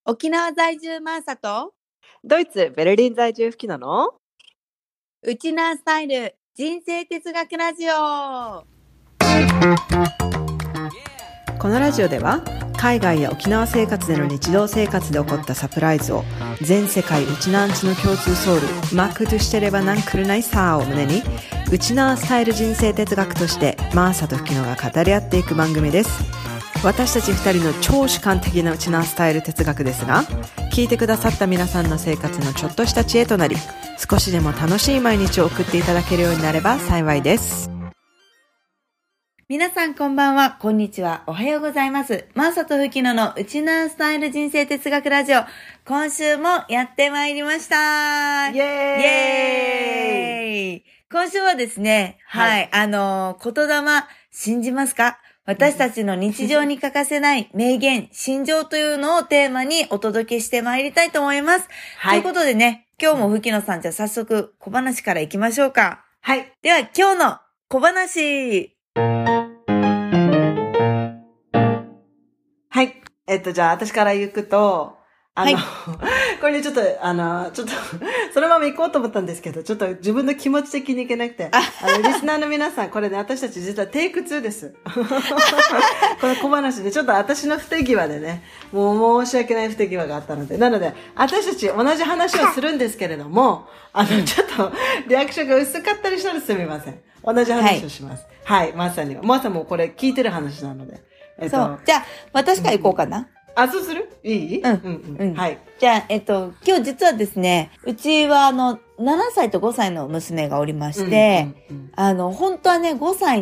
沖縄在住マーサとドイツ・ベルリン在住フキノのウチナースタイル人生哲学ラジオ。 このラジオでは海外や沖縄生活での日常生活で起こったサプライズを全世界ウチナーンチの共通ソウルマックとしてればなんくるないさーを胸にウチナースタイル人生哲学としてマーサとフキノが語り合っていく番組です。私たち2人の超主観的なウチナースタイル哲学ですが、聞いてくださった皆さんの生活のちょっとした知恵となり、少しでも楽しい毎日を送っていただけるようになれば幸いです。 皆さんこんばんは、こんにちは、おはようございます。マーサとフキノのウチナースタイル人生哲学ラジオ、今週もやってまいりました。 イエーイ、 イエーイ。今週はですね、はい、言霊信じますか？私たちの日常に欠かせない名言、心情というのをテーマにお届けしてまいりたいと思います。はい。ということでね、今日もフキノさん、じゃあ早速小話からいきましょうか。はい。では今日の小話。 はい。じゃあ私から行くと、 はい、 これちょっと、そのまま行こうと思ったんですけど、ちょっと自分の気持ち的に行けなくて、リスナーの皆さん、これね、私たち実はテイク2です。この小話で、ちょっと私の不手際でね、もう申し訳ない不手際があったので、なので、私たち同じ話をするんですけれども、ちょっと、リアクションが薄かったりしたらすみません。同じ話をします。はい、マーサには。マーサもこれ聞いてる話なので。 そう。じゃあ、私から行こうかな。 そうする？いい？うん。はい。 じゃあ、今日実はですね、うちは7歳と5歳の娘がおりまして、本当はね、5歳って、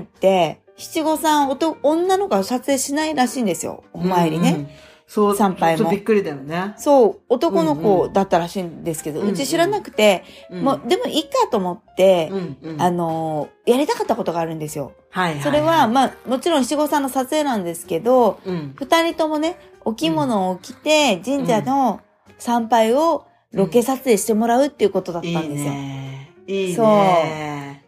七五三女の子は撮影しないらしいんですよ。お参りね。 そう、 参拝も。 ちょっとびっくりだよね。 そう、男の子だったらしいんですけど、うち知らなくて、もう、でもいいかと思って、やりたかったことがあるんですよ。はい。それは、もちろん七五三の撮影なんですけど、二人ともね、お着物を着て、神社の参拝をロケ撮影してもらうっていうことだったんですよ。 いいね。 そう。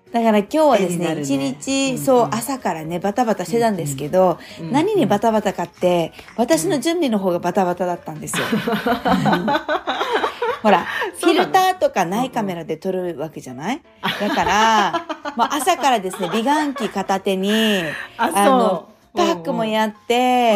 だから今日はですね、一日、朝からね、バタバタしてたんですけど、何にバタバタかって、私の準備の方がバタバタだったんですよ。ほら、フィルターとかないカメラで撮るわけじゃない？だから、朝からですね、美顔器片手に、パックもやって、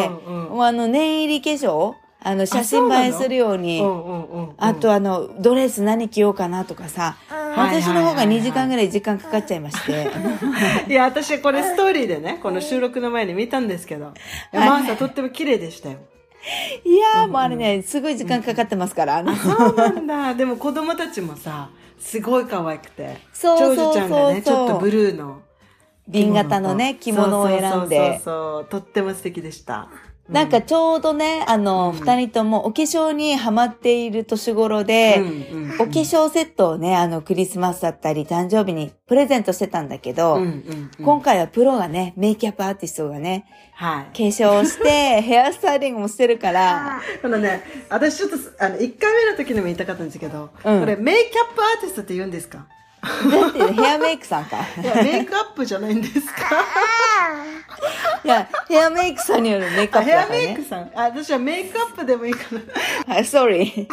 念入り化粧写真映えするように、あとドレス何着ようかなとかさ、私の方が2時間ぐらい時間かかっちゃいまして。 いや、私これストーリーでね、この収録の前に見たんですけど、マーサとっても綺麗でしたよ。 いやー、もうあれね、すごい時間かかってますから。 そうなんだ。でも子供たちもさ、すごい可愛くて。長女ちゃんがね、ちょっとブルーの。 瓶型のね、着物を選んで。 そう。とっても素敵でした。 なんかちょうどね、二人ともお化粧にハマっている年頃で、お化粧セットをね、クリスマスだったり誕生日にプレゼントしてたんだけど、今回はプロがね、メイキャップアーティストがね、化粧して、ヘアスタイリングもしてるから。 このね、私ちょっと、1回目の時にも言いたかったんですけど、これメイキャップアーティストって言うんですか？ だってヘアメイクさんか。 いや、メイクアップじゃないんですか？ いや、ヘアメイクさんによるメイクアップだからね。 ヘアメイクさん。私はメイクアップでもいいかな。 はい、sorry。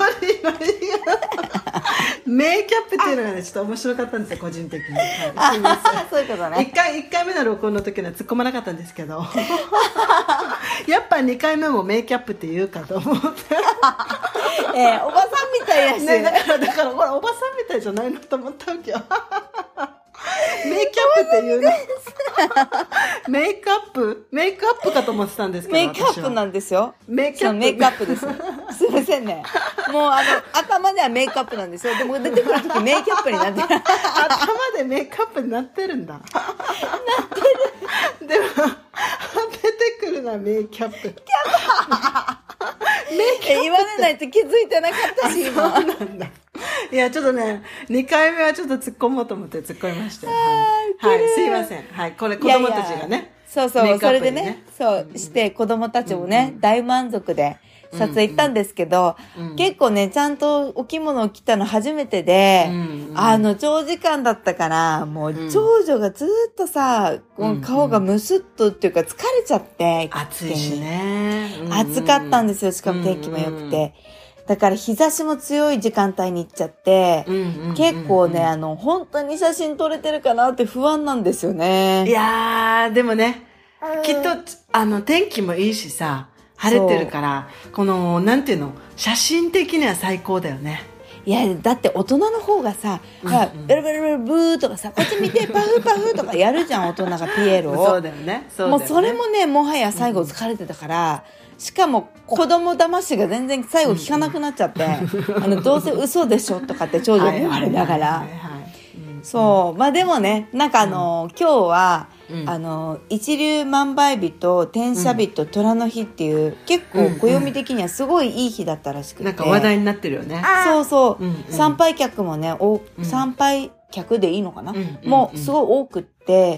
メイキャップっていうのがね、ちょっと面白かったんですよ、個人的に。はい、すいません。 そういうことね。 1回目の録音の時には突っ込まなかったんですけど。やっぱ2回目もメイキャップって言うかと思って。 おばさんみたいやし。 ね、だから、ほら、おばさんみたいじゃないのと思ったわけよ。メイキャップって言うの。メイクアップかと思ってたんですけど。 メイクアップなんですよ。 メイクアップです。すいませんね。もう頭ではメイクアップなんですよ。でも出てくるときメイキャップになってる。 頭でメイクアップになってるんだ。なってる。でも、出てくるな、メイキャップ。 言われないと気づいてなかったし、今。 そうなんだ。いや、ちょっとね、2回目はちょっと突っ込もうと思って突っ込みましたよ。はい、すいません。はい、これ子供たちがね。 そう、それでね、して子供たちもね、大満足で、 撮影行ったんですけど、結構ね、ちゃんとお着物を着たの初めてで、長時間だったから、もう長女がずっとさ、顔がムスッとっていうか疲れちゃって、 暑いしね。 暑かったんですよ、しかも天気も良くて。だから日差しも強い時間帯に行っちゃって、結構ね、本当に写真撮れてるかなって不安なんですよね。 いやー、でもね、きっと、天気もいいしさ、晴れてるから、この、なんていうの、写真的には最高だよね。 いや、だって大人の方がさ、ベルベルベルブーとかさ、こっち見て、パフパフとかやるじゃん、大人がピエールを。 そうだよね。 もうそれもね、もはや最後疲れてたから、しかも子供騙しが全然最後聞かなくなっちゃって、どうせ嘘でしょとかって長女に言われながら。そう。まあでもね、なんか今日は、一粒万倍日と天赦日と虎の日っていう、結構暦的にはすごいいい日だったらしくて。 なんか話題になってるよね。 そうそう。参拝客もね、参拝客でいいのかな、もうすごい多くって、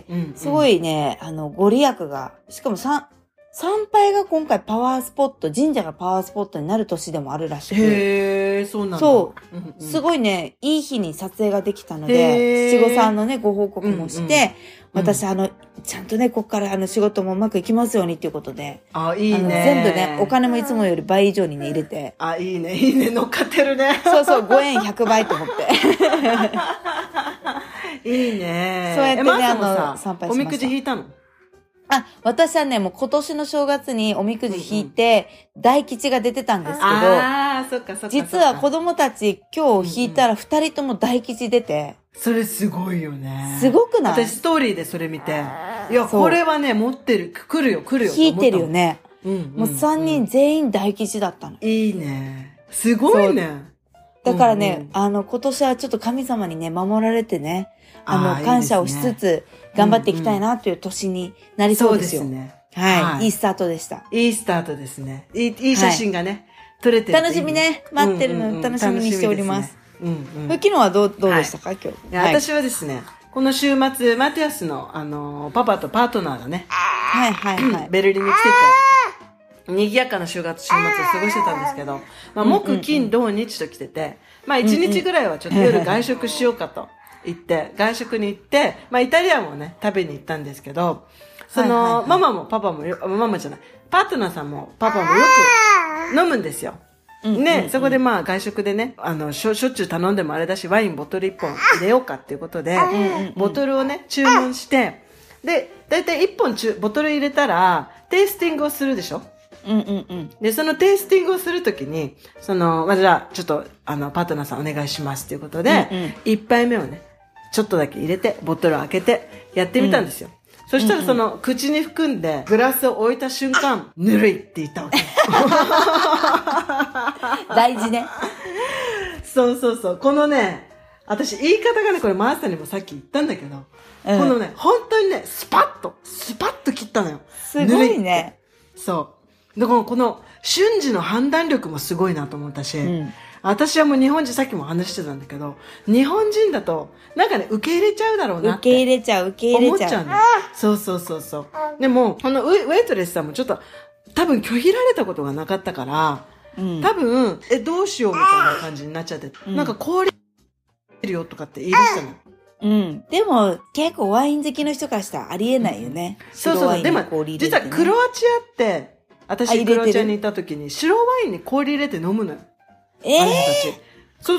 すごいね、ご利益が、しかも参拝が今回パワースポット、神社がパワースポットになる年でもあるらしく。 へー、そうなんだ。 そう。すごいね、いい日に撮影ができたので、七五三のね、ご報告もして、私ちゃんとね、ここから仕事もうまくいきますようにっていうことで。 あ、いいね。 全部ね、お金もいつもより倍以上にね、入れて。 あ、いいね、いいね、乗っかってるね。 そうそう、5円100倍と思って。 いいね。 そうやってね、参拝しました。 おみくじ引いたの？ 私はね、もう今年の正月におみくじ引いて、大吉が出てたんですけど、 そっかそっか。 実は子供たち今日引いたら2人とも大吉出て、 それすごいよね。 すごくない？ 私ストーリーでそれ見て、いや、これはね、持ってる、来るよ。 引いてるよね。もう3人全員大吉だったの。 いいね。すごいね。 だからね、今年はちょっと神様にね、守られてね、感謝をしつつ、頑張っていきたいなという年になりそうですよ。 そうですね。 はい。いいスタートでした。 いいスタートですね。いい写真がね、撮れてる。 楽しみね。待ってるの楽しみにしております。昨日はどうでしたか、今日。 私はですね、この週末、マティアスの、パパとパートナーがね、ベルリンに来てて、賑やかな週末を過ごしてたんですけど、木、金、土、日と来てて、1日ぐらいはちょっと夜外食しようかと言って、外食に行って、イタリアンもね、食べに行ったんですけど、ママもパパも、ママじゃない、パートナーさんもパパもよく飲むんですよ。ね、そこで外食でね、しょっちゅう頼んでもあれだし、ワインボトル1本入れようかっていうことで、ボトルをね、注文して、で、だいたい1本ボトル入れたら、テイスティングをするでしょ？で、そのテイスティングをするときに、じゃあ、ちょっと、パートナーさんお願いしますっていうことで、1杯目をね、ちょっとだけ入れて、ボトルを開けて、やってみたんですよ。そしたら口に含んで、グラスを置いた瞬間、ぬるいって言ったわけ。 大事ね。 そう。このね、私言い方がね、これマーサにもさっき言ったんだけど、このね、本当にね、スパッと切ったのよ。 すごいね。 そう。で、この瞬時の判断力もすごいなと思ったし、私はもう日本人、さっきも話してたんだけど、日本人だと、なんかね、受け入れちゃうだろうなって。 受け入れちゃう。 思っちゃうね。そう。でも、このウェイトレスさんもちょっと、多分拒否られたことがなかったから、多分、どうしようみたいな感じになっちゃって、なんか氷るよとかって言い出したの。 でも、結構ワイン好きの人からしたらありえないよね。 そう。でも、実はクロアチアって、私クロアチアに行った時に白ワインに氷入れて飲むのよ。そう。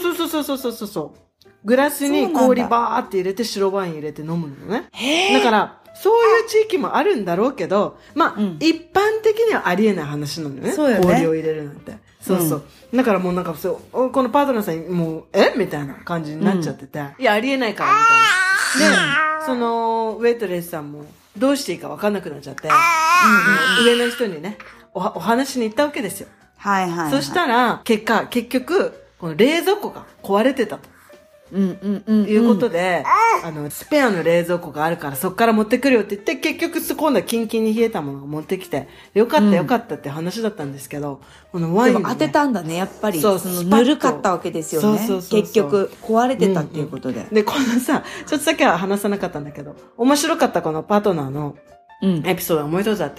グラスに氷バーって入れて白ワイン入れて飲むのね。だから、そういう地域もあるんだろうけど、一般的にはありえない話なのよね。 そうよね。 氷を入れるなんて。そう。だからもうなんかこのパートナーさんもう、みたいな感じになっちゃってて。いや、ありえないから、みたいな。で、ウェイトレスさんもどうしていいか分かんなくなっちゃって、上の人にね、お話しに行ったわけですよ。そしたら、結局、この冷蔵庫が壊れてたと。いうことで、スペアの冷蔵庫があるからそこから持ってくるよって言って、結局今度はキンキンに冷えたものを持ってきて、よかったって話だったんですけど、このワイン、ね、 でも当てたんだね、やっぱり。ぬるかったわけですよね。結局、壊れてたっていうことで。 で、このさ、ちょっとさっきは話さなかったんだけど、面白かったこのパートナーのエピソードがもう一つあって、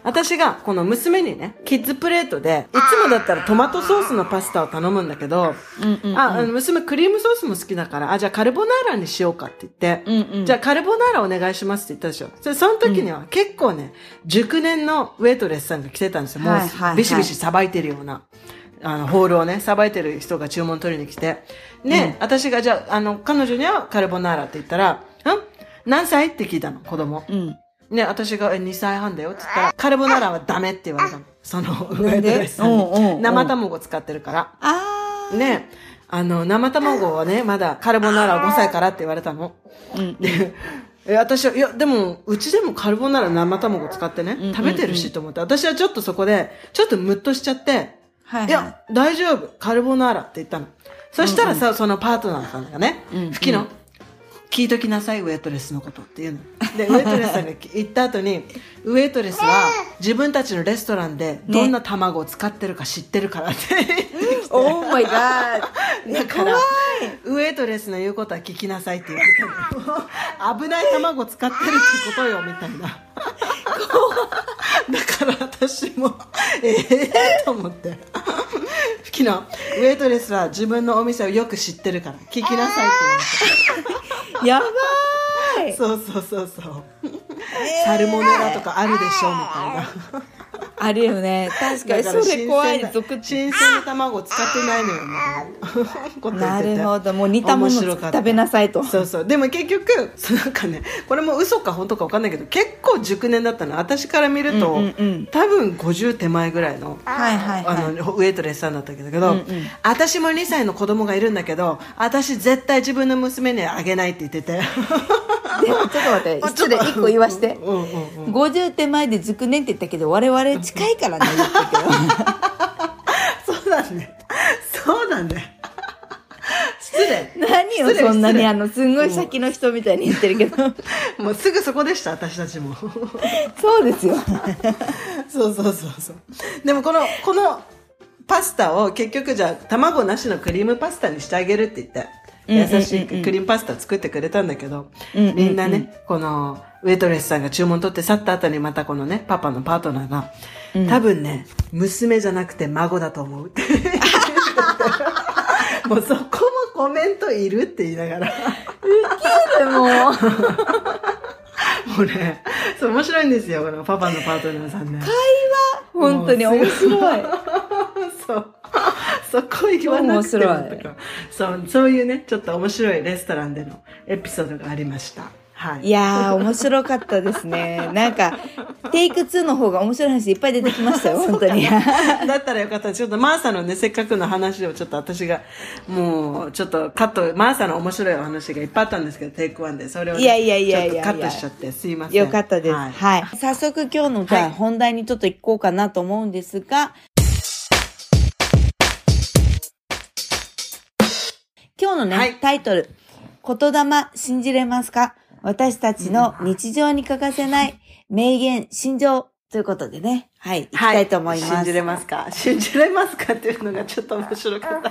私がこの娘にね、キッズプレートで、いつもだったらトマトソースのパスタを頼むんだけど、娘クリームソースも好きだから、じゃあカルボナーラにしようかって言って、じゃあカルボナーラお願いしますって言ったでしょ。その時には結構ね、熟年のウェイトレスさんが来てたんですよ。もうビシビシさばいてるような。ホールをね、さばいてる人が注文取りに来て。ね、私がじゃあ、彼女にはカルボナーラって言ったら、何歳って聞いたの、子供。ね、私が2歳半だよって言ったら、カルボナーラはダメって言われたの。その、ウェイトレスさんに。生卵使ってるから。ね、生卵はね、まだカルボナーラは5歳からって言われたの。で、私は、いや、でも、うちでもカルボナーラ生卵使ってね、食べてるしと思って、私はちょっとそこで、ちょっとムッとしちゃって、いや、大丈夫、カルボナーラって言ったの。そしたらさ、そのパートナーさんがね、吹きの、聞いときなさい、ウェイトレスのことっていうの。で、ウェイトレスさんが言った後に、ウェイトレスは自分たちのレストランでどんな卵を使ってるか知ってるからって言ってきて。 オーマイガー。 だから、ウェイトレスの言うことは聞きなさいって言われたの。危ない卵使ってるってことよ、みたいな。だから私も、と思って。好きな、ウェイトレスは自分のお店をよく知ってるから、聞きなさいって言われた。やばい。 そう。サルモネラとかあるでしょ、みたいな。 あるよね。確かにそれ怖い。 新鮮な卵を使ってないのよね。 なるほど。もう似たもの食べなさいと。 そう。でも結局、なんかね、これも嘘か本当か分かんないけど、結構熟年だったの。私から見ると、多分50手前ぐらいの、ウェイトレスさんだったけど、私も2歳の子供がいるんだけど、私絶対自分の娘にあげないって言ってて。 でもちょっと待って、失礼1個言わして。50手前で熟年って言ったけど、我々近いからね、言ったけど。そうだね。失礼。 何よ、そんなにすんごい先の人みたいに言ってるけど。 もうすぐそこでした、私たちも。 そうですよ。 そう。でもこのパスタを結局じゃあ、卵なしのクリームパスタにしてあげるって言って。優しいクリームパスタ作ってくれたんだけど、みんなね、このウェイトレスさんが注文取って去った後にまたこのね、パパのパートナーが、多分ね、娘じゃなくて孫だと思うって。もうそこもコメントいるって言いながら。 ウケるもう。 もうね、そう面白いんですよ、このパパのパートナーさんね。 会話本当に面白い。 そう。そこ言わなくてもそういうね、ちょっと面白いレストランでのエピソードがありました。はい。 いやー、面白かったですね。なんか、テイク2の方が面白い話いっぱい出てきましたよ、本当に。 だったらよかった。ちょっとマーサのね、せっかくの話をちょっと私が、もう、ちょっとマーサの面白いお話がいっぱいあったんですけど、テイク1で。それを、ね、ちょっとカットしちゃって、すいません。 よかったです。はい。早速今日のじゃあ本題にちょっと行こうかなと思うんですが、今日のね、タイトル、言霊信じれますか？私たちの日常に欠かせない名言、信条ということでね、はい、行きたいと思います。 信じれますかっていうのがちょっと面白かった。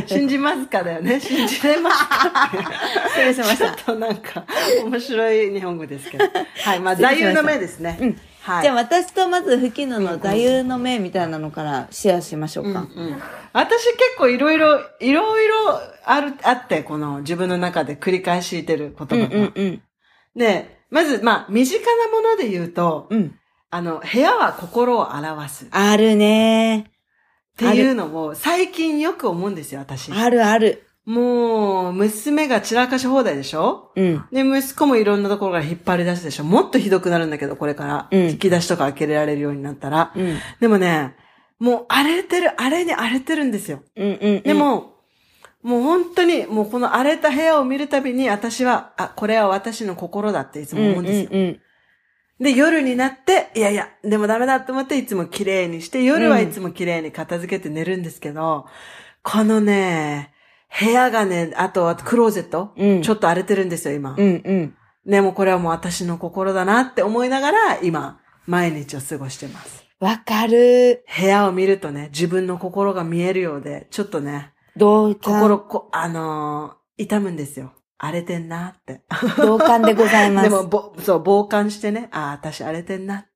信じますかだよね。信じれますか失礼しました。 ちょっとなんか面白い日本語ですけど。はい、まあ座右の銘ですね。 はい、じゃあ私とまず吹きの座右の銘みたいなのからシェアしましょうか。 私結構いろいろあって、この自分の中で繰り返し言ってる言葉が。で、まず、身近なもので言うと、部屋は心を表す。 あるね。 っていうのを最近よく思うんですよ、私。 ある。 もう、娘が散らかし放題でしょ？で、息子もいろんなところから引っ張り出すでしょ？もっとひどくなるんだけど、これから。引き出しとか開けられるようになったら。でもね、もうあれに荒れてるんですよ。でも、もう本当に、もうこの荒れた部屋を見るたびに私は、これは私の心だっていつも思うんですよ。で、夜になって、いや、でもダメだと思っていつも綺麗にして、夜はいつも綺麗に片付けて寝るんですけど、このね、部屋がね、あとはクローゼット、ちょっと荒れてるんですよ、今。でもこれはもう私の心だなって思いながら、今、毎日を過ごしてます。 わかる。 部屋を見るとね、自分の心が見えるようで、ちょっとね、心、痛むんですよ。荒れてんなって。 同感でございます。 でも、傍観してね、私荒れてんなって。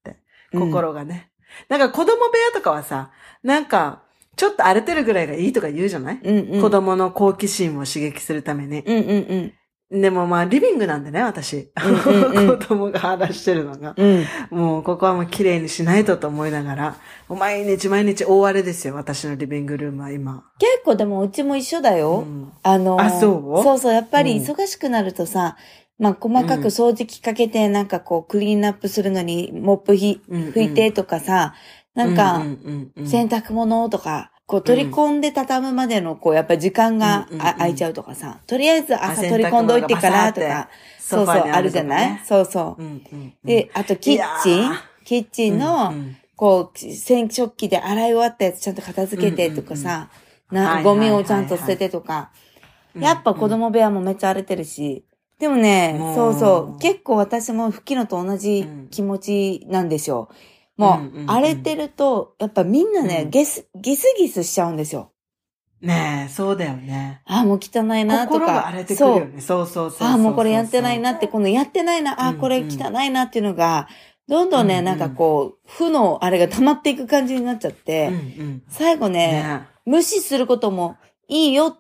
心がね。なんか子供部屋とかはさ、なんか、ちょっと荒れてるぐらいがいいとか言うじゃない、子供の好奇心を刺激するために。でもまあ、リビングなんでね、私。子供が荒らしてるのが。もう、ここはもう綺麗にしないとと思いながら、毎日大荒れですよ、私のリビングルームは今。 結構でもうちも一緒だよ。そう、やっぱり忙しくなるとさ、まあ、細かく掃除機かけて、なんかこう、クリーンアップするのに、モップ拭いてとかさ、なんか、洗濯物とか、こう取り込んで畳むまでの、こう、やっぱり時間が空いちゃうとかさ、とりあえず朝取り込んどいてからとか、そう、あるじゃないそう。で、あとキッチンの、こう、洗食器で洗い終わったやつちゃんと片付けてとかさ、ゴミをちゃんと捨ててとか、やっぱ子供部屋もめっちゃ荒れてるし、でもね、結構私も吹きのと同じ気持ちなんですよ。もう、荒れてると、やっぱみんなね、ギスギスしちゃうんですよ。 ねえ、そうだよね。 もう汚いなとか。 心が荒れてくるよね。そう。 もうこれやってないなって、このやってないな、これ汚いなっていうのが、どんどんね、なんかこう、負のあれが溜まっていく感じになっちゃって、最後ね、無視することもいいよって、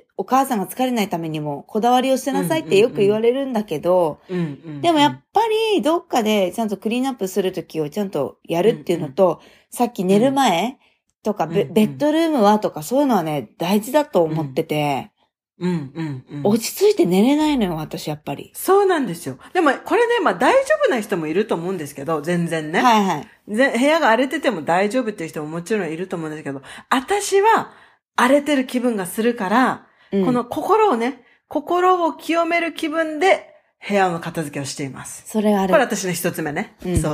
お母さんが疲れないためにも、こだわりをしてなさいってよく言われるんだけど、でもやっぱりどっかでちゃんとクリーンアップするときをちゃんとやるっていうのと、さっき寝る前とか、ベッドルームはとかそういうのはね、大事だと思ってて、落ち着いて寝れないのよ、私やっぱり。 そうなんですよ。でもこれね、まあ大丈夫な人もいると思うんですけど、全然ね。部屋が荒れてても大丈夫っていう人ももちろんいると思うんですけど、私は荒れてる気分がするから、この心を清める気分で部屋の片付けをしています。 それある。 これ私の一つ目ね。そう。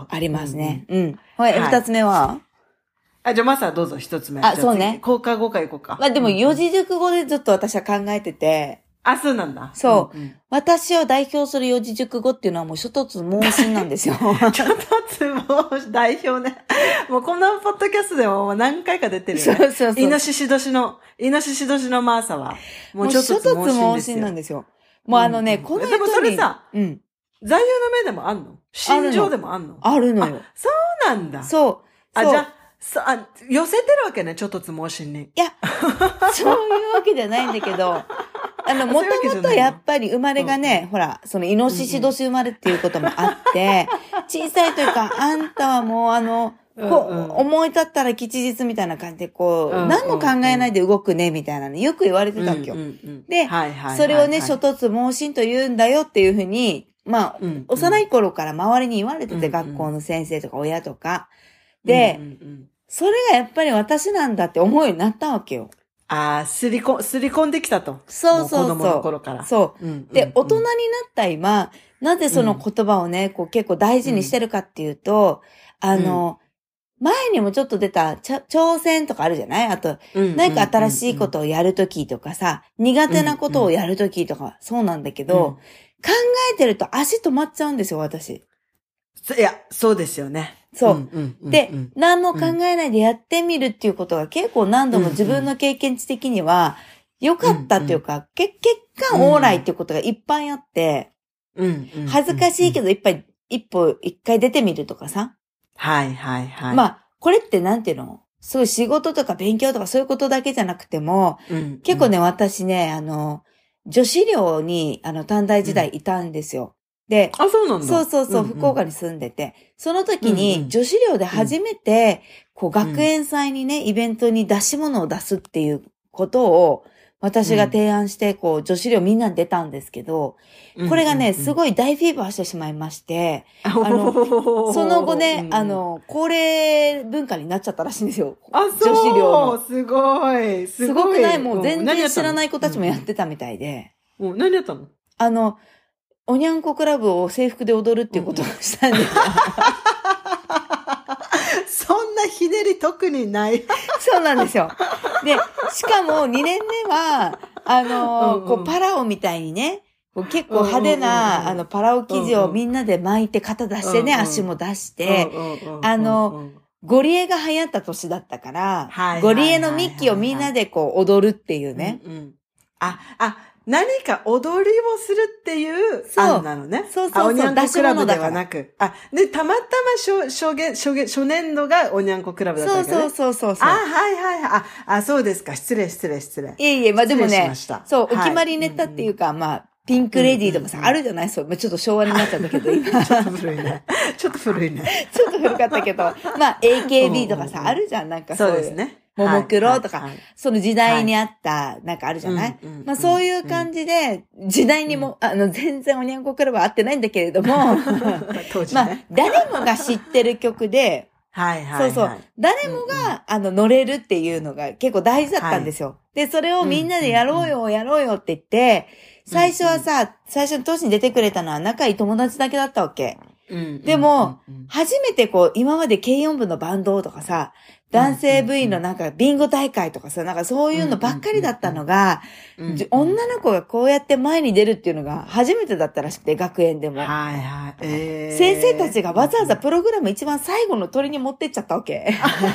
ありますね。二つ目はじゃあまずはどうぞ一つ目。 そうね。 交換後から行こうか。 まあでも四字熟語でずっと私は考えてて。 そうなんだ。 そう。私を代表する四字熟語っていうのはもう諸突猛進なんですよ。 諸突猛進代表ね。もうこのポッドキャストでも何回か出てるよね。そう。イノシシ年のマーサは。もう諸突猛進なんですよ。 もうこの人に。 でもそれさ、座右の銘でもあんの？心情でもあんの？ あるのよ。 そうなんだ。 そう。 じゃあ、寄せてるわけね、諸突猛進に。 いや、そういうわけじゃないんだけど、もともとやっぱり生まれがね、ほら、そのイノシシ年生まれっていうこともあって、小さいというか、あんたはもう思い立ったら吉日みたいな感じで、何も考えないで動くね、みたいなのよく言われてたわけよ。で、それをね、諸突猛進と言うんだよっていうふうに、まあ、幼い頃から周りに言われてて、学校の先生とか親とか。で、それがやっぱり私なんだって思うようになったわけよ。 すり込んできたと。 そう。 子供の頃から。 そう。で、大人になった今、なぜその言葉をね、結構大事にしてるかっていうと、前にもちょっと出た挑戦とかあるじゃない？あと、何か新しいことをやるときとかさ、苦手なことをやるときとか、そうなんだけど、考えてると足止まっちゃうんですよ、私。 いや、そうですよね。 そう。で、何も考えないでやってみるっていうことが結構何度も自分の経験値的には良かったっていうか、結果オーライっていうことがいっぱいあって、恥ずかしいけど一回出てみるとかさ。まあ、これってなんていうの？そういう仕事とか勉強とかそういうことだけじゃなくても、結構ね、私ね、女子寮に短大時代いたんですよ。で、 そうなんだ。 そう、福岡に住んでて、その時に女子寮で初めて、学園祭にね、イベントに出し物を出すっていうことを、私が提案して、女子寮みんなで出たんですけど、これがね、すごい大フィーバーしてしまいまして、その後ね、恒例文化になっちゃったらしいんですよ。 女子寮の。すごい。 すごくない？もう全然知らない子たちもやってたみたいで。 何やったの？ おにゃんこクラブを制服で踊るっていうことをしたんですよ。 そんなひねり特にない。 そうなんですよ。で、しかも2年目は、パラオみたいにね、結構派手な、パラオ生地をみんなで巻いて肩出してね、足も出して、ゴリエが流行った年だったから、ゴリエのミッキーをみんなで踊るっていうね。 何か踊りをするっていう案なのね。 そうそうそう。 おにゃんこクラブではなく。で、たまたま初年度がおにゃんこクラブだったわけね。 そう。 はい。そうですか。失礼。 いえ、まあでもね、そう、お決まりネタっていうか、まあ、ピンクレディーとかさ、あるじゃないそう。ちょっと昭和になっちゃったけど、今。 ちょっと古いね。ちょっと古かったけど、まあ、AKB とかさ、あるじゃん、なんかそういう。 そうですね。 ももクロとか、その時代にあった、なんかあるじゃない、まあそういう感じで、時代にも、全然おにゃんこクラブは合ってないんだけれども、 当時まあ、誰もが知ってる曲で、そう。誰もが、乗れるっていうのが結構大事だったんですよ。で、それをみんなでやろうよって言って、最初はさ、最初の当時に出てくれたのは仲いい友達だけだったわけ。でも、初めて今まで軽音部のバンドとかさ、男性部員のなんかビンゴ大会とかさ、なんかそういうのばっかりだったのが、女の子がこうやって前に出るっていうのが初めてだったらしくて、学園でも。先生たちがわざわざプログラム一番最後の鳥に持ってっちゃったわけ。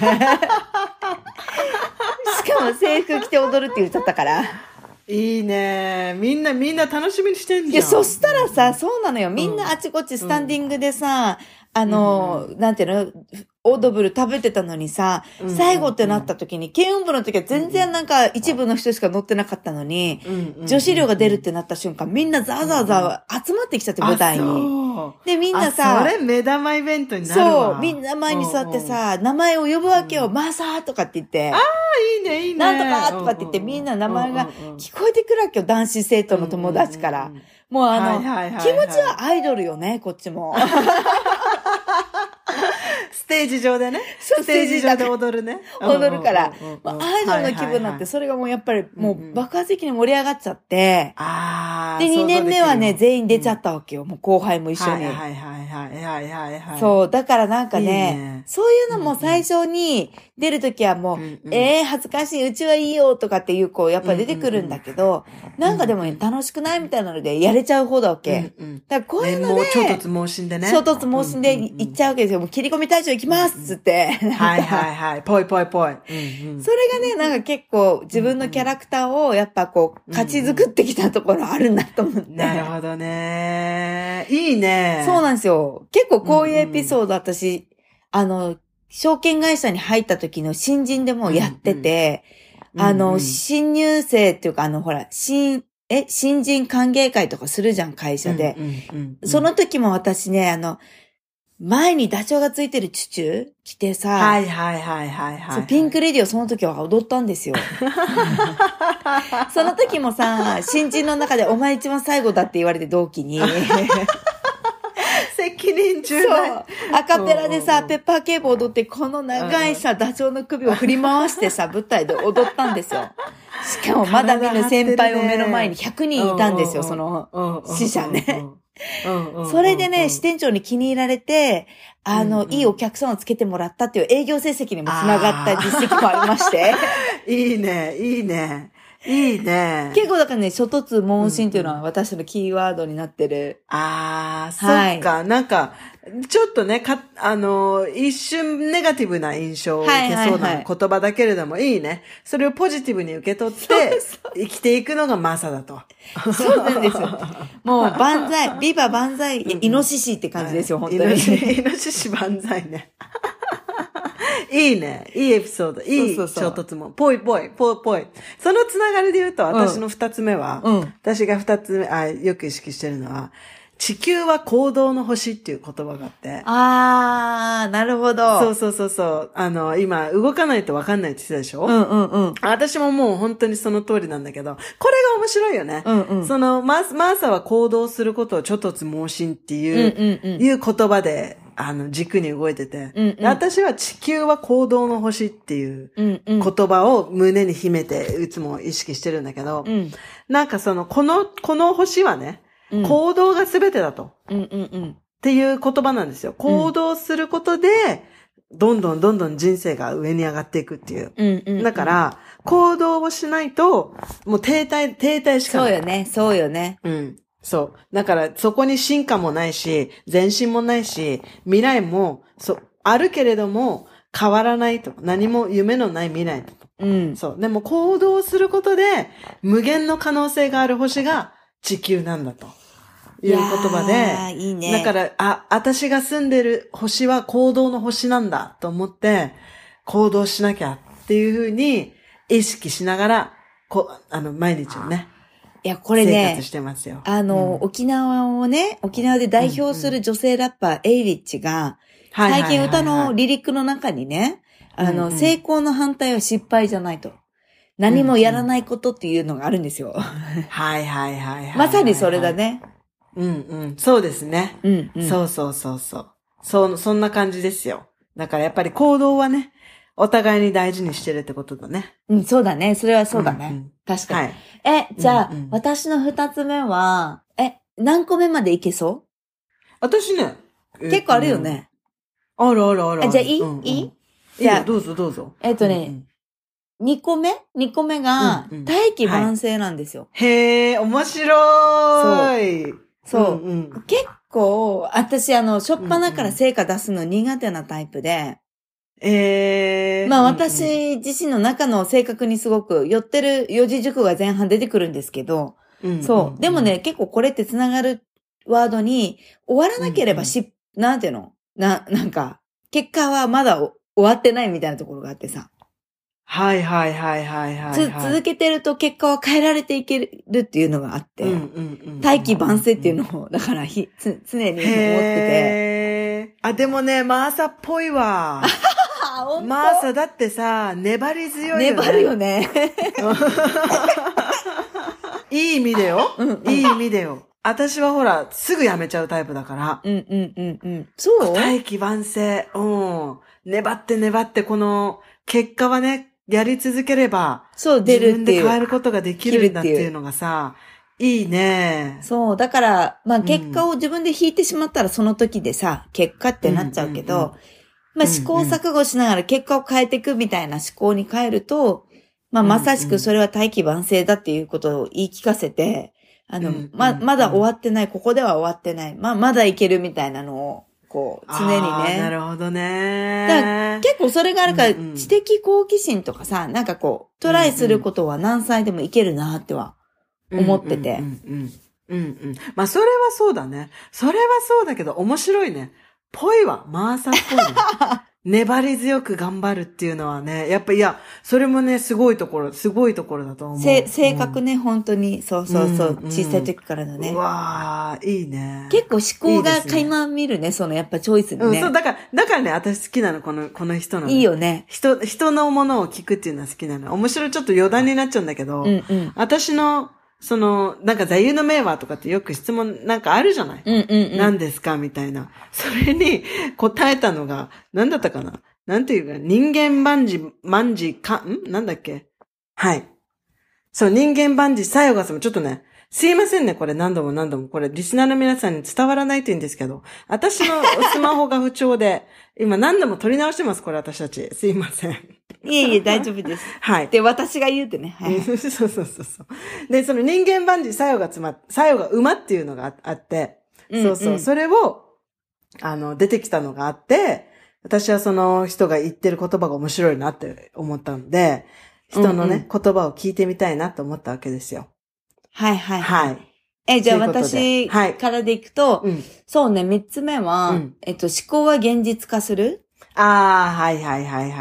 しかも制服着て踊るって言っちゃったから。 いいね。みんな楽しみにしてんじゃん。 いや、そしたらさ、そうなのよ。みんなあちこちスタンディングでさ、なんていうの、オードブル食べてたのにさ、最後ってなった時に、軽音部の時は全然なんか一部の人しか乗ってなかったのに、女子寮が出るってなった瞬間、みんなザーザー集まってきちゃって舞台に。で、みんなさ、 それ目玉イベントになるわ。 そう、みんな前に座ってさ、名前を呼ぶわけよ。マーサーとかって言って。 いいね。 なんとかとかって言って、みんな名前が聞こえてくるわけよ。男子生徒の友達から。もう気持ちはアイドルよね、こっちも。 ステージ上でね。ステージ上で踊るね。 踊るから。アイドルの気分になって、それがもうやっぱりもう爆発的に盛り上がっちゃって。で、2年目はね、全員出ちゃったわけよ。もう後輩も一緒に。そう、だからなんかね、そういうのも最初に出るときはもう、恥ずかしい、うちはいいよとかっていうやっぱ出てくるんだけど、なんかでも楽しくないみたいなのでやれちゃう方だわけ。だからこういうので、 もう衝突猛進でね。 衝突猛進で行っちゃうわけですよ。もう切り込み隊長行きますっつって。 ぽい。それがね、なんか結構自分のキャラクターをやっぱ勝ち作ってきたところあるんだと思って。 なるほどね。いいね。 そうなんですよ。結構こういうエピソード私、証券会社に入った時の新人でもやってて、新入生っていうかほら、新人歓迎会とかするじゃん、会社で。その時も私ね、前にダチョウがついてるチュチュ着てさ、ピンクレディをその時は踊ったんですよ。その時もさ、新人の中でお前一番最後だって言われて同期に。 責任重大。 そう。アカペラでさ、ペッパー警部踊って、この長いさ、ダチョウの首を振り回してさ、舞台で踊ったんですよ。しかもまだ見ぬ先輩を目の前に100人いたんですよ、その死者ね。それでね、支店長に気に入られて、いいお客さんをつけてもらったっていう営業成績にもつながった実績もありまして。 いいね。 結構だからね、初突猛進っていうのは私のキーワードになってる。 そっか。なんか、ちょっとね、一瞬ネガティブな印象を受けそうな言葉だけれども、いいね。それをポジティブに受け取って、生きていくのがマサだと。 そうなんですよ。もう万歳、ビバ万歳、イノシシって感じですよ、本当に。 イノシシ万歳ね。いいね。いいエピソード。いい衝突も。ぽい。そのつながりで言うと、私の二つ目は、私が二つ目、よく意識してるのは、地球は行動の星っていう言葉があって。 なるほど。 そう。今、動かないと分かんないって言ってたでしょ？私ももう本当にその通りなんだけど、これが面白いよね。マーサは行動することをちょっとつ猛進っていう言葉で、軸に動いてて、私は地球は行動の星っていう言葉を胸に秘めていつも意識してるんだけど、なんかこの星はね、行動が全てだと。っていう言葉なんですよ。行動することで、どんどん人生が上に上がっていくっていう。だから、行動をしないと、もう停滞しかない。 そうよね。 そう。だから、そこに進化もないし、前進もないし、未来も、あるけれども、変わらないと。何も夢のない未来うん。 そう。でも行動することで、無限の可能性がある星が地球なんだと。いう言葉で。 いいね。 だから、私が住んでる星は行動の星なんだと思って、行動しなきゃっていうふうに意識しながら、毎日をね。 いや、これね、 生活してますよ。 沖縄で代表する女性ラッパー、エイリッチが、最近歌のリリックの中にね、成功の反対は失敗じゃないと。何もやらないことっていうのがあるんですよ。 はいはいはいはい。 まさにそれだね。 そうですね。そう。そんな感じですよ。だからやっぱり行動はね、お互いに大事にしてるってことだね。 そうだね。それはそうだね。確かに。はい、じゃあ、私の二つ目は、何個目までいけそう？ 私ね。 結構あるよね。 ある。 じゃあ、いいじゃあ、 どうぞ。 2個目が、大器晩成なんですよ。 へー、面白い。 そう。結構、私、しょっぱなから成果出すの苦手なタイプで、私自身の中の性格にすごく寄ってる四字熟語が前半出てくるんですけど、そう。でもね、結構これってつながるワードに、終わらなければなんていうの？なんか、結果はまだ終わってないみたいなところがあってさ。 はい。 続けてると結果は変えられていけるっていうのがあって、大器晩成っていうのを、だから常に思ってて。 でもね、マーサっぽいわ。マーサだってさ、粘り強いよね。 粘るよね。 いい意味でよ。いい意味でよ。私はほら、すぐやめちゃうタイプだから。 そう？ 大器晩成。粘ってこの結果はね、やり続ければ、 そう出るっていう。 自分で変えることができるんだっていうのがさ、いいね。 そう。だから、結果を自分で引いてしまったらその時でさ、結果ってなっちゃうけど、試行錯誤しながら結果を変えていくみたいな思考に変えると、まさしくそれは大器晩成だっていうことを言い聞かせて、まだ終わってない、ここでは終わってない、まだいけるみたいなのを、こう、常にね。 なるほどね。 だから結構それがあるから、知的好奇心とかさ、なんかこう、トライすることは何歳でもいけるなっては思ってて。 それはそうだね。それはそうだけど、面白いね。ぽいわ。マーサっぽいね。粘り強く頑張るっていうのはね、やっぱそれもね、すごいところだと思う。 性格ね、本当に。そう。小さい時からのね。 うわー、いいね。 結構思考が垣間見るね、やっぱチョイスにね。 そう、だからね、私好きなの、この人の、ね。 いいよね。 人のものを聞くっていうのは好きなの。面白い、ちょっと余談になっちゃうんだけど、私の、なんか座右の銘はとかってよく質問なんかあるじゃない？何ですかみたいな。それに答えたのが、何だったかな？なんていうか、人間万事なんだっけ？はい。そう、人間万事作用がちょっとね、すいませんね、これ何度も、これリスナーの皆さんに伝わらないといいんですけど、私のスマホが不調で、今何度も撮り直してます、これ私たち。すいません。 いえ、大丈夫です。 はい。 で、私が言うってね。はい。 そう。で、その人間万事作用が馬っていうのがあって、それを、出てきたのがあって、私はその人が言ってる言葉が面白いなって思ったので、人のね、言葉を聞いてみたいなと思ったわけですよ。 はい。じゃあ私からでいくと、そうね、3つ目は、思考は現実化する。 はい。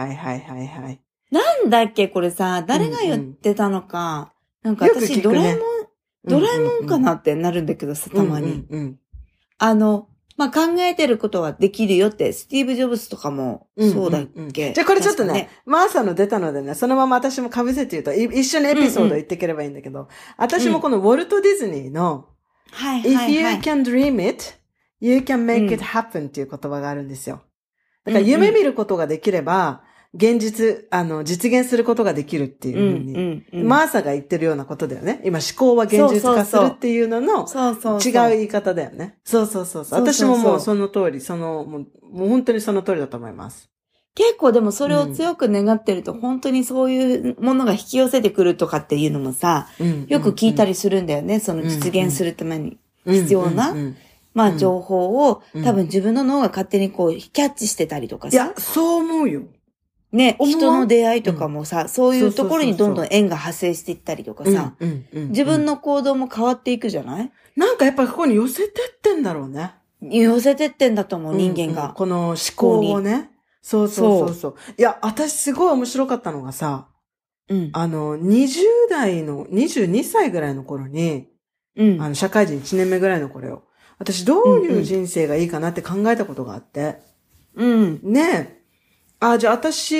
なんだっけこれさ、誰が言ってたのか。なんか私、ドラえもんかなってなるんだけどさ、たまに。考えてることはできるよって、スティーブ・ジョブズとかもそうだっけ。 じゃあこれちょっとね、マーサの出たのでね、そのまま私も被せて言うと、一緒にエピソード言っていければいいんだけど、私もこのウォルト・ディズニーの、If you can dream it, you can make it happen っていう言葉があるんですよ。だから夢見ることができれば、実現することができるっていうふうに、マーサが言ってるようなことだよね。今思考は現実化するっていうのの違う言い方だよね。そう。私ももうその通り、もう本当にその通りだと思います。 結構でもそれを強く願ってると、本当にそういうものが引き寄せてくるとかっていうのもさ、よく聞いたりするんだよね。その実現するために必要な。情報を多分自分の脳が勝手にこうキャッチしてたりとかさ。 いや、そう思うよ。 ね、人の出会いとかもさ、そういうところにどんどん縁が派生していったりとかさ、自分の行動も変わっていくじゃない？ なんかやっぱりここに寄せてってんだろうね。 寄せてってんだと思う、人間が。 この思考をね。そう。いや、私すごい面白かったのがさ、20代の、22歳ぐらいの頃に、社会人1年目ぐらいの頃よ。私どういう人生がいいかなって考えたことがあって。ねえ。じゃあ私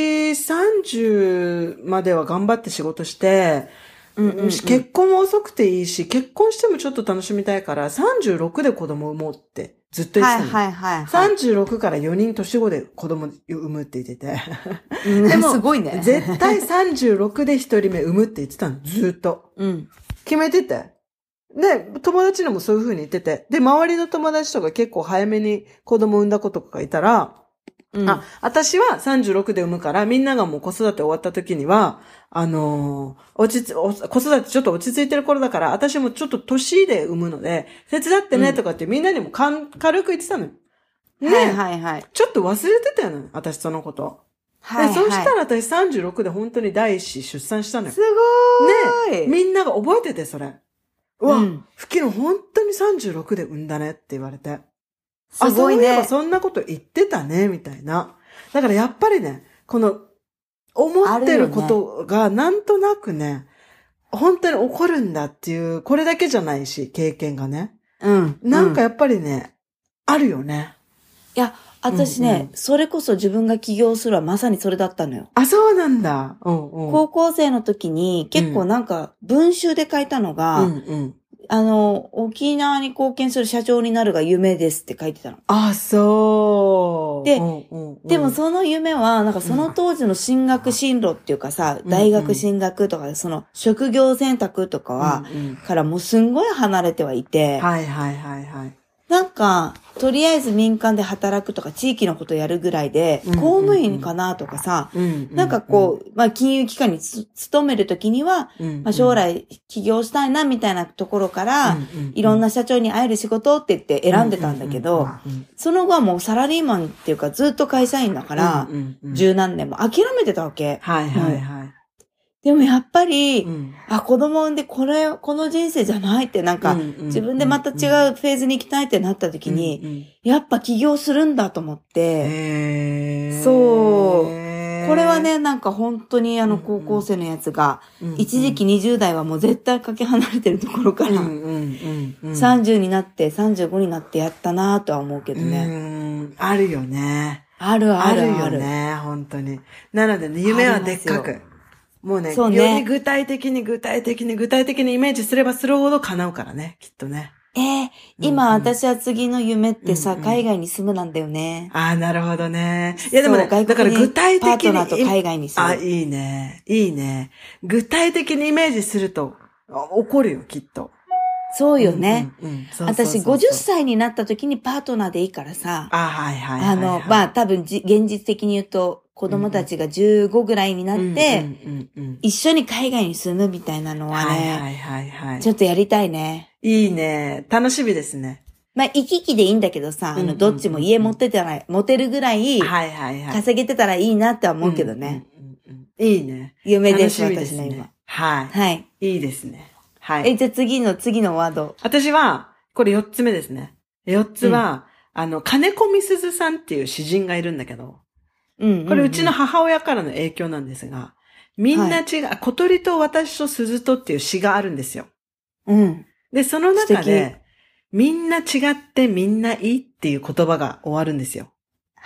30までは頑張って仕事して、結婚も遅くていいし、結婚してもちょっと楽しみたいから36で子供を産もうってずっと言ってたの。36から4人年後で子供産むって言ってて。 でも、すごいね。 絶対36で1人目産むって言ってたの。ずっと。決めてて。で、友達にもそういう風に言ってて。で、周りの友達とか結構早めに子供産んだ子とかがいたら、私は36で産むから、みんながもう子育て終わった時には、子育てちょっと落ち着いてる頃だから、私もちょっと年で産むので、手伝ってねとかってみんなにも軽く言ってたのよ。ね、ちょっと忘れてたよね、私そのこと。そうしたら私36で本当に第一子出産したのよ。 すごーい。ね、みんなが覚えてて、それ。うわ、ふきの本当に36で産んだねって言われて。すごいね。そういえばそんなこと言ってたね、みたいな。だからやっぱりね、この、思ってることがなんとなくね、本当に起こるんだっていう、これだけじゃないし、経験がね。なんかやっぱりね、あるよね。 いや、私ね、それこそ自分が起業するはまさにそれだったのよ。 そうなんだ。 高校生の時に結構なんか文集で書いたのが、沖縄に貢献する社長になるが夢ですって書いてたの。 そう。 で、でもその夢は、なんかその当時の進学進路っていうかさ、大学進学とか、その職業選択とかは、からもうすんごい離れてはいて、なんか、とりあえず民間で働くとか、地域のことやるぐらいで、公務員かなとかさ、なんかこう、金融機関に勤めるときには、将来起業したいなみたいなところから、いろんな社長に会える仕事って言って選んでたんだけど、その後はもうサラリーマンっていうかずっと会社員だから、十何年も諦めてたわけ。でもやっぱり、子供産んでこの人生じゃないってなんか、自分でまた違うフェーズに行きたいってなった時に、やっぱ起業するんだと思って、そう。これはね、なんか本当に高校生のやつが、一時期20代はもう絶対かけ離れてるところから、30になって、35になってやったなぁとは思うけどね。 あるよね。 あるよね、本当に。なのでね、夢はでっかく。もうね、より具体的にイメージすればするほど叶うからね、きっとね。 今私は次の夢ってさ、海外に住むなんだよね。 なるほどね。いやでもね、だから具体的に。 パートナーと海外に住む。 いいね。いいね。具体的にイメージすると、起こるよ、きっと。 そうよね。私50歳になった時にパートナーでいいからさ。多分現実的に言うと、子供たちが15ぐらいになって、一緒に海外に住むみたいなのはね、ちょっとやりたいね。 いいね。楽しみですね。 行き来でいいんだけどさ、どっちも家持てるぐらい、稼げてたらいいなって思うけどね。 いいね。 夢です、私の今。 はい。いいですね。はい。 じゃあ次のワード。 私は、これ4つ目ですね。4つは、金子みすずさんっていう詩人がいるんだけど、これうちの母親からの影響なんですが、みんな違う、小鳥と私と鈴とっていう詩があるんですよ。で、その中で、みんな違ってみんないいっていう言葉が終わるんですよ。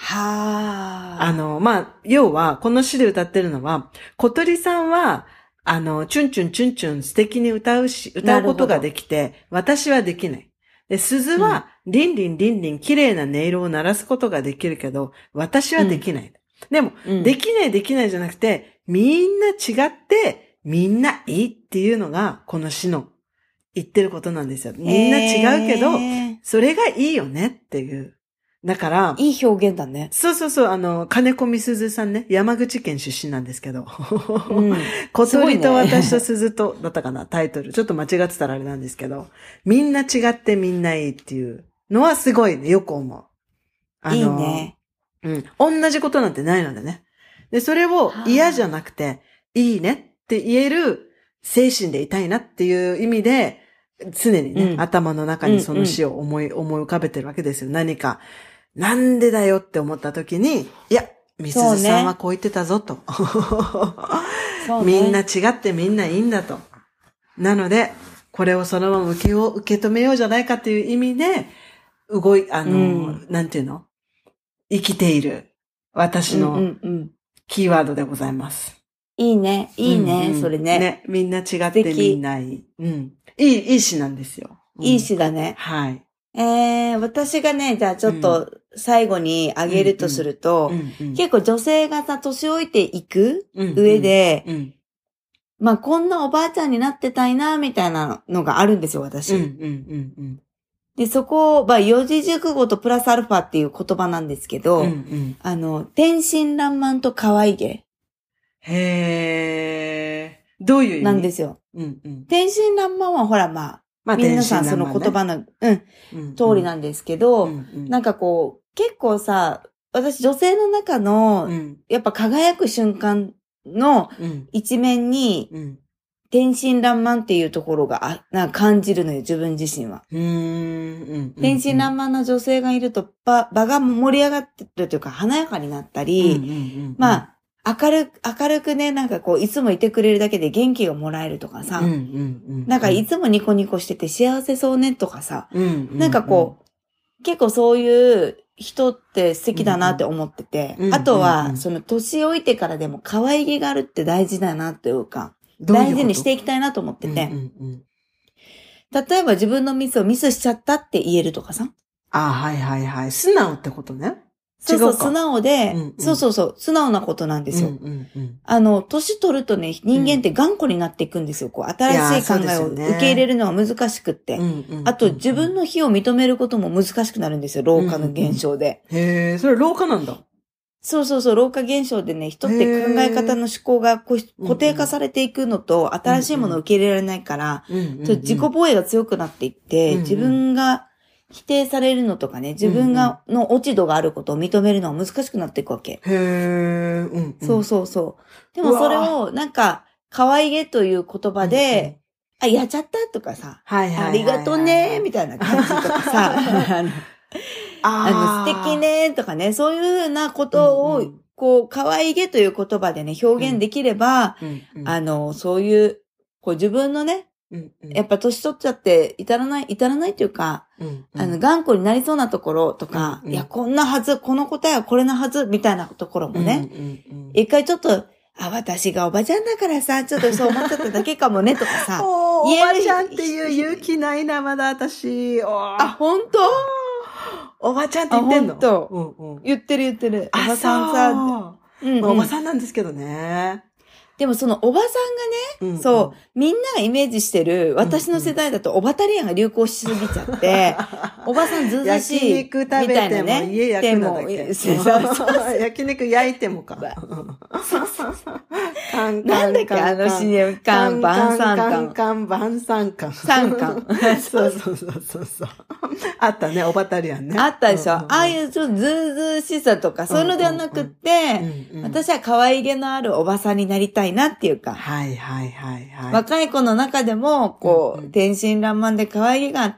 要は、この詩で歌ってるのは、小鳥さんは、チュンチュンチュンチュン素敵に歌うことができて、私はできない。で、鈴は、リンリンリンリン綺麗な音色を鳴らすことができるけど、私はできない。でも、できないじゃなくて、みんな違って、みんないいっていうのが、この詩の言ってることなんですよ。みんな違うけど、それがいいよねっていう。だから、 いい表現だね。 そう、金子みすずさんね、山口県出身なんですけど。小鳥と私と鈴と、だったかな、タイトル。ちょっと間違ってたらあれなんですけど、みんな違ってみんないいっていうのはすごいね、よく思う。 いいね。 同じことなんてないのでね。 で、それを嫌じゃなくて、いいねって言える精神でいたいなっていう意味で、常にね、頭の中にその詩を思い浮かべてるわけですよ。何か、なんでだよって思った時に、いや、みすずさんはこう言ってたぞと。みんな違ってみんないいんだと。なので、これをそのまま受け止めようじゃないかっていう意味で、なんていうの？生きている私のキーワードでございます。 いいね、いいね、それね。 ね、みんな違ってみんないい。いい詩なんですよ。 いい詩だね。 はい。 私がね、じゃあちょっと最後にあげるとすると、結構女性がさ、年老いていく上で、まあこんなおばあちゃんになってたいな、みたいなのがあるんですよ、私。で、そこ、まあ四字熟語とプラスアルファっていう言葉なんですけど、天真爛漫と可愛げ。 どういう意味なんですよ。天真爛漫はほらまあ、皆さんその言葉の、通りなんですけど、なんかこう、結構さ、私女性の中の、やっぱ輝く瞬間の一面に、天真爛漫っていうところがなんか感じるのよ、自分自身は。天真爛漫な女性がいると、場が盛り上がってるというか、華やかになったり、まあ、明るくね、なんかこう、いつもいてくれるだけで元気がもらえるとかさ、なんかいつもニコニコしてて幸せそうねとかさ、なんかこう、結構そういう人って素敵だなって思ってて、あとは、その年老いてからでも可愛げがあるって大事だなというか、大事にしていきたいなと思ってて、例えば自分のミスしちゃったって言えるとかさ。 はい。素直ってことね。 そう、素直で、素直なことなんですよ。年取るとね、人間って頑固になっていくんですよ。こう、新しい考えを受け入れるのは難しくって。あと、自分の非を認めることも難しくなるんですよ。老化の現象で。 へー、それ老化なんだ。 そう、老化現象でね、人って考え方の思考が固定化されていくのと、新しいものを受け入れられないから、自己防衛が強くなっていって、自分が否定されるのとかね、自分の落ち度があることを認めるのは難しくなっていくわけ。そう。でもそれを、なんか、可愛げという言葉で、やっちゃったとかさ、ありがとねみたいな感じとかさ、素敵ねとかね、そういうふうなことを、こう、可愛げという言葉でね、表現できれば、そういう、こう自分のね、やっぱ年取っちゃって至らないというか、頑固になりそうなところとか、いや、こんなはず、この答えはこれなはず、みたいなところもね、一回ちょっと、私がおばちゃんだからさ、ちょっとそう思っちゃっただけかもね、とかさ。 おばちゃんっていう勇気ないな、まだ私。 本当？ おばちゃんって言ってんの？ 本当。言ってる。おばさんさ。 おばさんなんですけどね。 でもそのおばさんがね、みんながイメージしてる、私の世代だとオバタリアンが流行しすぎちゃって、おばさんずうずしい。 焼肉食べても家焼くのだけ。焼肉焼いてもか。 なんだっけあの CM、カン、バン、サンカン。 カン、バン、サンカン。 サンカン。 そう。あったね、オバタリアンね。 あったでしょ。ああいうちょっとずうずうしさとか、そういうのではなくって、私は可愛げのあるおばさんになりたいなっていうか。若い子の中でも、こう、天真爛漫で可愛げがあって、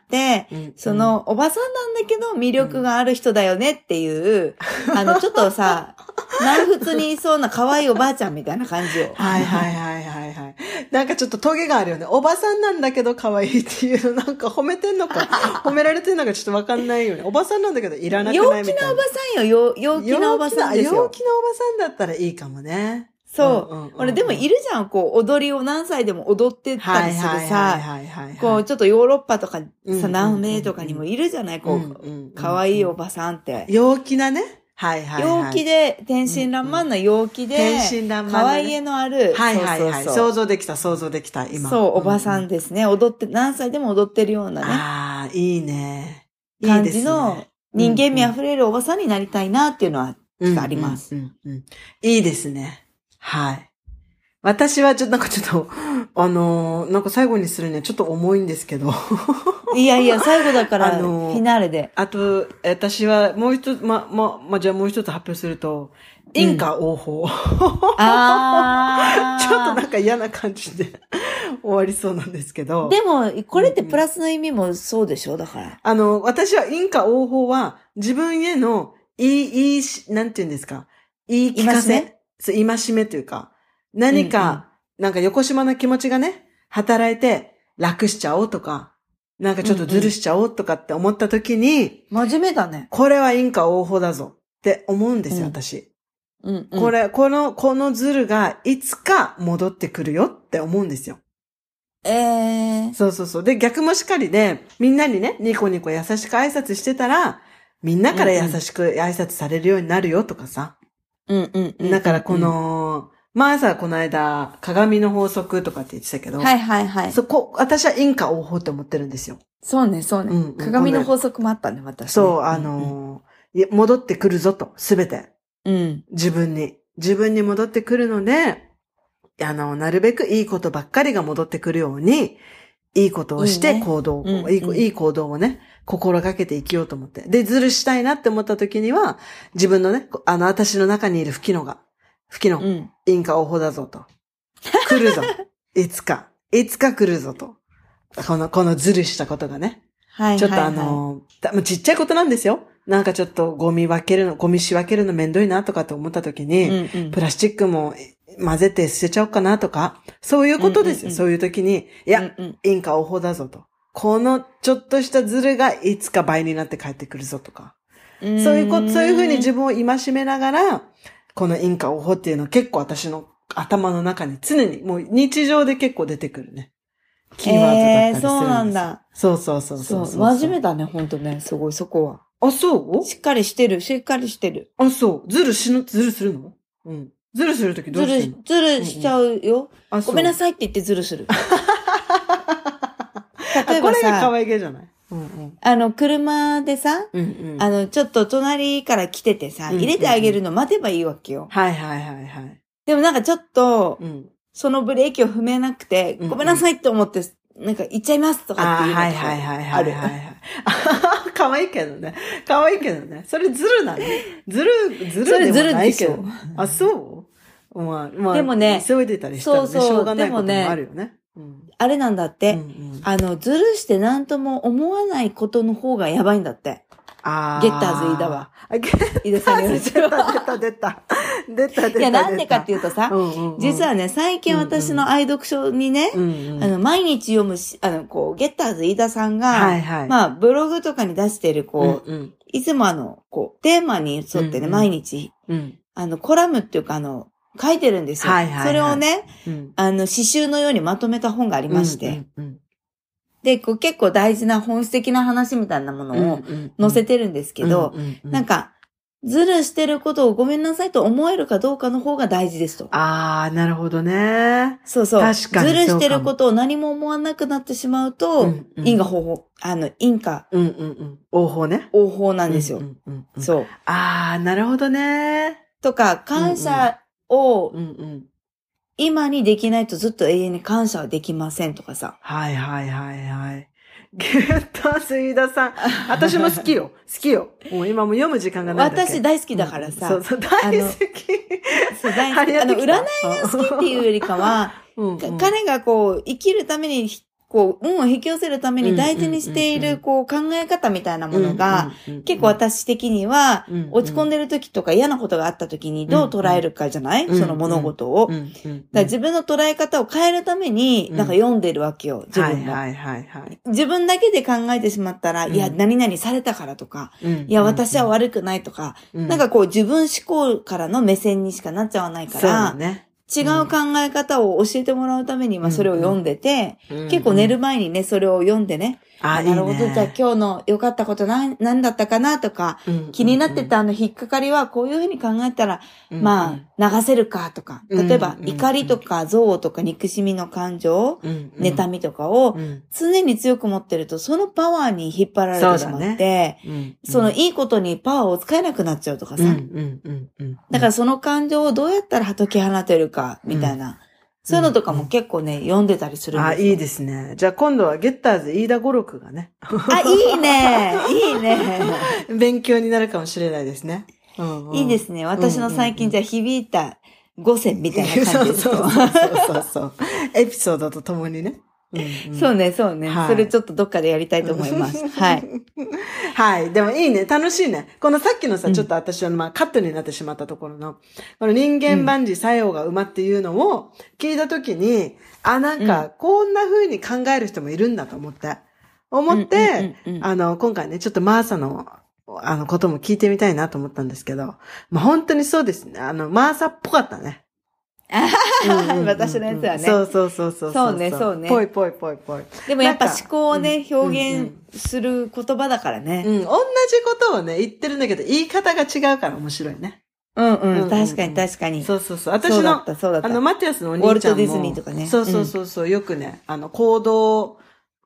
その、おばさんなんだけど魅力がある人だよねっていう、ちょっとさ、南仏にいそうな可愛いおばあちゃんみたいな感じを。 なんかちょっとトゲがあるよね。おばさんなんだけど可愛いっていうの、なんか褒めてんのか、褒められてんのかちょっとわかんないよね。おばさんなんだけどいらなくないみたいな。陽気なおばさんよ、陽気なおばさんですよ。 陽気なおばさんだったらいいかもね。 そう。俺でもいるじゃん、こう、踊りを何歳でも踊ってたりするさ、こう、ちょっとヨーロッパとかさ、南米とかにもいるじゃない、こう、可愛いおばさんって。 陽気なね。 陽気で、天真爛漫な陽気で、可愛げのある。 想像できた、今。 そう、おばさんですね。何歳でも踊ってるようなね。いいね。 感じの人間味あふれるおばさんになりたいなっていうのは、あります。 いいですね。はい。私はなんかなんか最後にするにはちょっと重いんですけど。 いや、最後だから、フィナーレで。 あと、私はもう一つ、じゃあもう一つ発表すると、 因果応報。 ああ。 ちょっとなんか嫌な感じで終わりそうなんですけど。 でも、これってプラスの意味もそうでしょだから。 私は因果応報は自分へのなんて言うんですか。言い聞かせ。戒めというか、何か、なんか横島な気持ちがね、働いて楽しちゃおうとか、なんかちょっとずるしちゃおうとかって思った時に、 真面目だね。 これは因果応報だぞって思うんですよ、私。このずるがいつか戻ってくるよって思うんですよ。そうそうそう。で、逆もしかりで、みんなにね、ニコニコ優しく挨拶してたら、みんなから優しく挨拶されるようになるよとかさ。だからこの、さ、この間、鏡の法則とかって言ってたけど。 はいはいはい。 私は因果応報って思ってるんですよ。 そうね、そうね。鏡の法則もあったね、私、ね。 そう、戻ってくるぞと、すべて。自分に戻ってくるので、なるべくいいことばっかりが戻ってくるように、いいことをして行動を、いい行動をね、心がけて生きようと思って。で、ずるしたいなって思った時には、自分のね、私の中にいる吹きの、因果応報だぞと。来るぞ。いつか来るぞと。このずるしたことがね。ちょっとちっちゃいことなんですよ。なんかちょっとゴミ仕分けるのめんどいなとかって思った時に、プラスチックも混ぜて捨てちゃおうかなとか、そういうことですよ。そういう時に、いや、因果応報だぞと。このちょっとしたズルがいつか倍になって帰ってくるぞとか。そういうふうに自分を戒めながら、この因果応報っていうのは結構私の頭の中に常に、もう日常で結構出てくるね。キーワードだったりするんです。 そうなんだ。 そう。 真面目だね、ほんとね。すごい、そこは。 あ、そうしっかりしてる。 あ、そう。ずるするの？ずるするときどうしてんの？ ずるしちゃうよ。ごめんなさいって言ってずるする。例えばさ、これが可愛げじゃない？ 車でさ、ちょっと隣から来ててさ、入れてあげるの待てばいいわけよ。 はい。 でもなんかちょっと、そのブレーキを踏めなくて、ごめんなさいって思って、なんか行っちゃいますとかっていうのがある。 可愛いけどね。それずるなの？ずるでもないけど。あ、そう？ でもね、 急いでたりしたらね、しょうがないこともあるよね。 あれなんだって。ずるしてなんとも思わないことの方がやばいんだって。ゲッターズ飯田は。飯田さんに言われてる。 出た。 いや、なんでかっていうとさ、実はね、最近私の愛読書にね、毎日読むゲッターズ飯田さんが、ブログとかに出してる、いつもテーマに沿ってね、毎日、コラムっていうか、書いてるんですよ。それをね、詩集のようにまとめた本がありまして、で、結構大事な本質的な話みたいなものを載せてるんですけど、なんか、ずるしてることをごめんなさいと思えるかどうかの方が大事ですと。 なるほどね。 そう。確かに。ずるしてることを何も思わなくなってしまうと、因果応報ね。 応報なんですよ。そう。 なるほどね。 とか、感謝を、今にできないとずっと永遠に感謝はできませんとかさ。 はい。ゲッターズ飯田さん。私も好きよ。もう今も読む時間がないだけ。 私大好きだからさ。 そう、大好き。 占いが好きっていうよりかは、彼が生きるために、運を引き寄せるために大事にしている、考え方みたいなものが、結構私的には、落ち込んでる時とか嫌なことがあった時にどう捉えるかじゃない？その物事を。だから自分の捉え方を変えるために、なんか読んでるわけよ、自分も。自分だけで考えてしまったら、いや、何々されたからとか、いや、私は悪くないとか、なんか自分思考からの目線にしかなっちゃわないから、違う考え方を教えてもらうために、それを読んでて、結構寝る前にね、それを読んでね、なるほど、じゃあ今日の良かったこと何だったかなとか、気になってた引っかかりはこういうふうに考えたら、流せるかとか、例えば怒りとか憎悪とか憎しみの感情、妬みとかを常に強く持ってると、そのパワーに引っ張られてしまって、そのいいことにパワーを使えなくなっちゃうとかさ。だからその感情をどうやったら解き放てるか、みたいな。そういうのとかも結構ね、読んでたりするんですよ。 いいですね。じゃあ今度はゲッターズ飯田語録がね。 いいね。 勉強になるかもしれないですね。 いいですね。私の最近じゃ響いた5選みたいな感じですそう。エピソードとともにね。 そうね。はい、それちょっとどっかでやりたいと思います。はい。 はい。でもいいね。楽しいね。このさっきのさ、ちょっと私はカットになってしまったところの、この人間万事作用が馬っていうのを聞いたときに、なんか、こんな風に考える人もいるんだと思って、今回ね、ちょっとマーサの、ことも聞いてみたいなと思ったんですけど、本当にそうですね。マーサっぽかったね。 私のやつはね。 そう。 そうね。 ぽい。 でもやっぱ思考をね、表現する言葉だからね。 同じことをね、言ってるんだけど、言い方が違うから面白いね。 確かに。 そう。私の、マティアスのお兄ちゃんも。ウォルト・ディズニーとかね。 そう。よくね、行動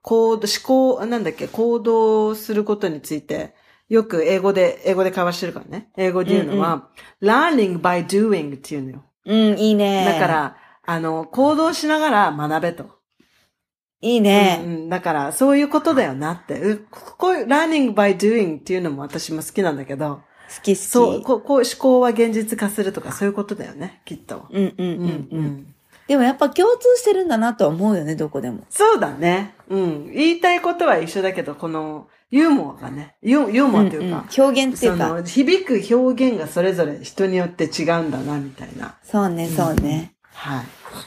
することについて、よく英語で会話してるからね。英語で言うのは、learning by doing っていうのよ。 いいね。 だから、行動しながら学べと。 いいね。 だから、そういうことだよなって。こういう learning by doing っていうのも私も好きなんだけど。 好き。 そう、こう思考は現実化するとかそういうことだよね、きっと。 でもやっぱ共通してるんだなと思うよね、どこでも。 そうだね。言いたいことは一緒だけど、この、ユーモアがね、ユーモアっていうか、 表現っていうか、 響く表現がそれぞれ人によって違うんだな、みたいな。 そうね。 はい。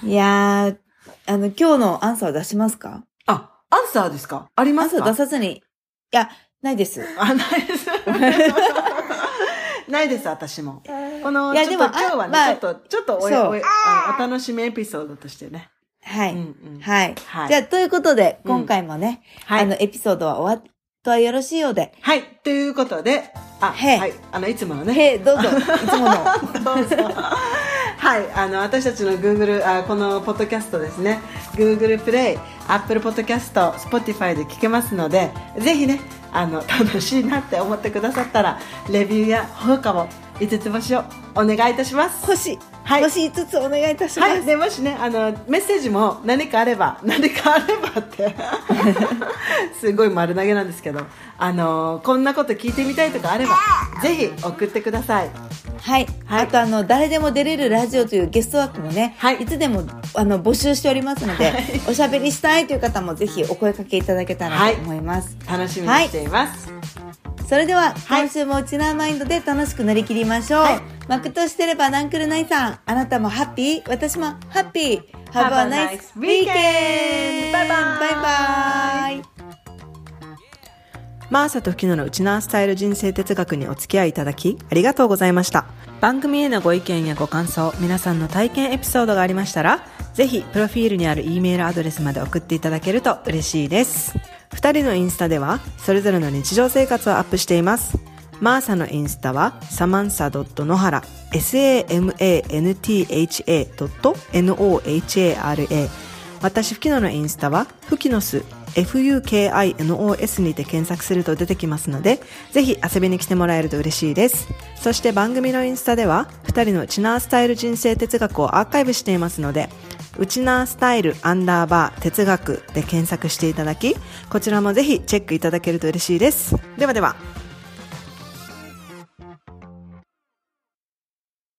いやー、今日のアンサー出しますか？ アンサーですか？ありますか？ アンサー出さずに。いや、ないです。 ないです。ないです、私も。この、ちょっと今日はね、ちょっとお楽しみエピソードとしてね。 はい。じゃあ、ということで、今回もね、エピソードは終わったはよろしいようで。 はい。ということで、はい。いつものね。 どうぞ。いつもの。 どうぞ。はい。私たちの Google、このポッドキャストですね。Google Play、Apple Podcast、Spotify で聞けますので、ぜひね、楽しいなって思ってくださったら、レビューや評価を5つ星をお願いいたします。 星5つお願いいたします。 はい。で、もしね、メッセージも何かあればってすごい丸投げなんですけど、こんなこと聞いてみたいとかあれば、ぜひ送ってください。 はい。あと誰でも出れるラジオというゲスト枠もね、いつでも募集しておりますので、おしゃべりしたいという方もぜひお声かけいただけたらと思います。 楽しみにしています。 それでは、今週もウチナーマインドで楽しく乗り切りましょう。マクとしてればナンクルナイさん、あなたもハッピー、私もハッピー。Have a nice weekend! バイバイ。 マーサとフキノのウチナースタイル人生哲学にお付き合いいただきありがとうございました。番組へのご意見やご感想、皆さんの体験エピソードがありましたら、ぜひプロフィールにある E メールアドレスまで送っていただけると嬉しいです。2人のインスタではそれぞれの日常生活をアップしています。マーサのインスタはsamantha.nohara samantha.nohara。 私フキノのインスタはフキノスFUKINOS にて検索すると出てきますので、ぜひ遊びに来てもらえると嬉しいです。そして番組のインスタでは2人のウチナースタイル人生哲学をアーカイブしていますので、ウチナースタイル_哲学で検索していただき、こちらもぜひチェックいただけると嬉しいです。ではでは。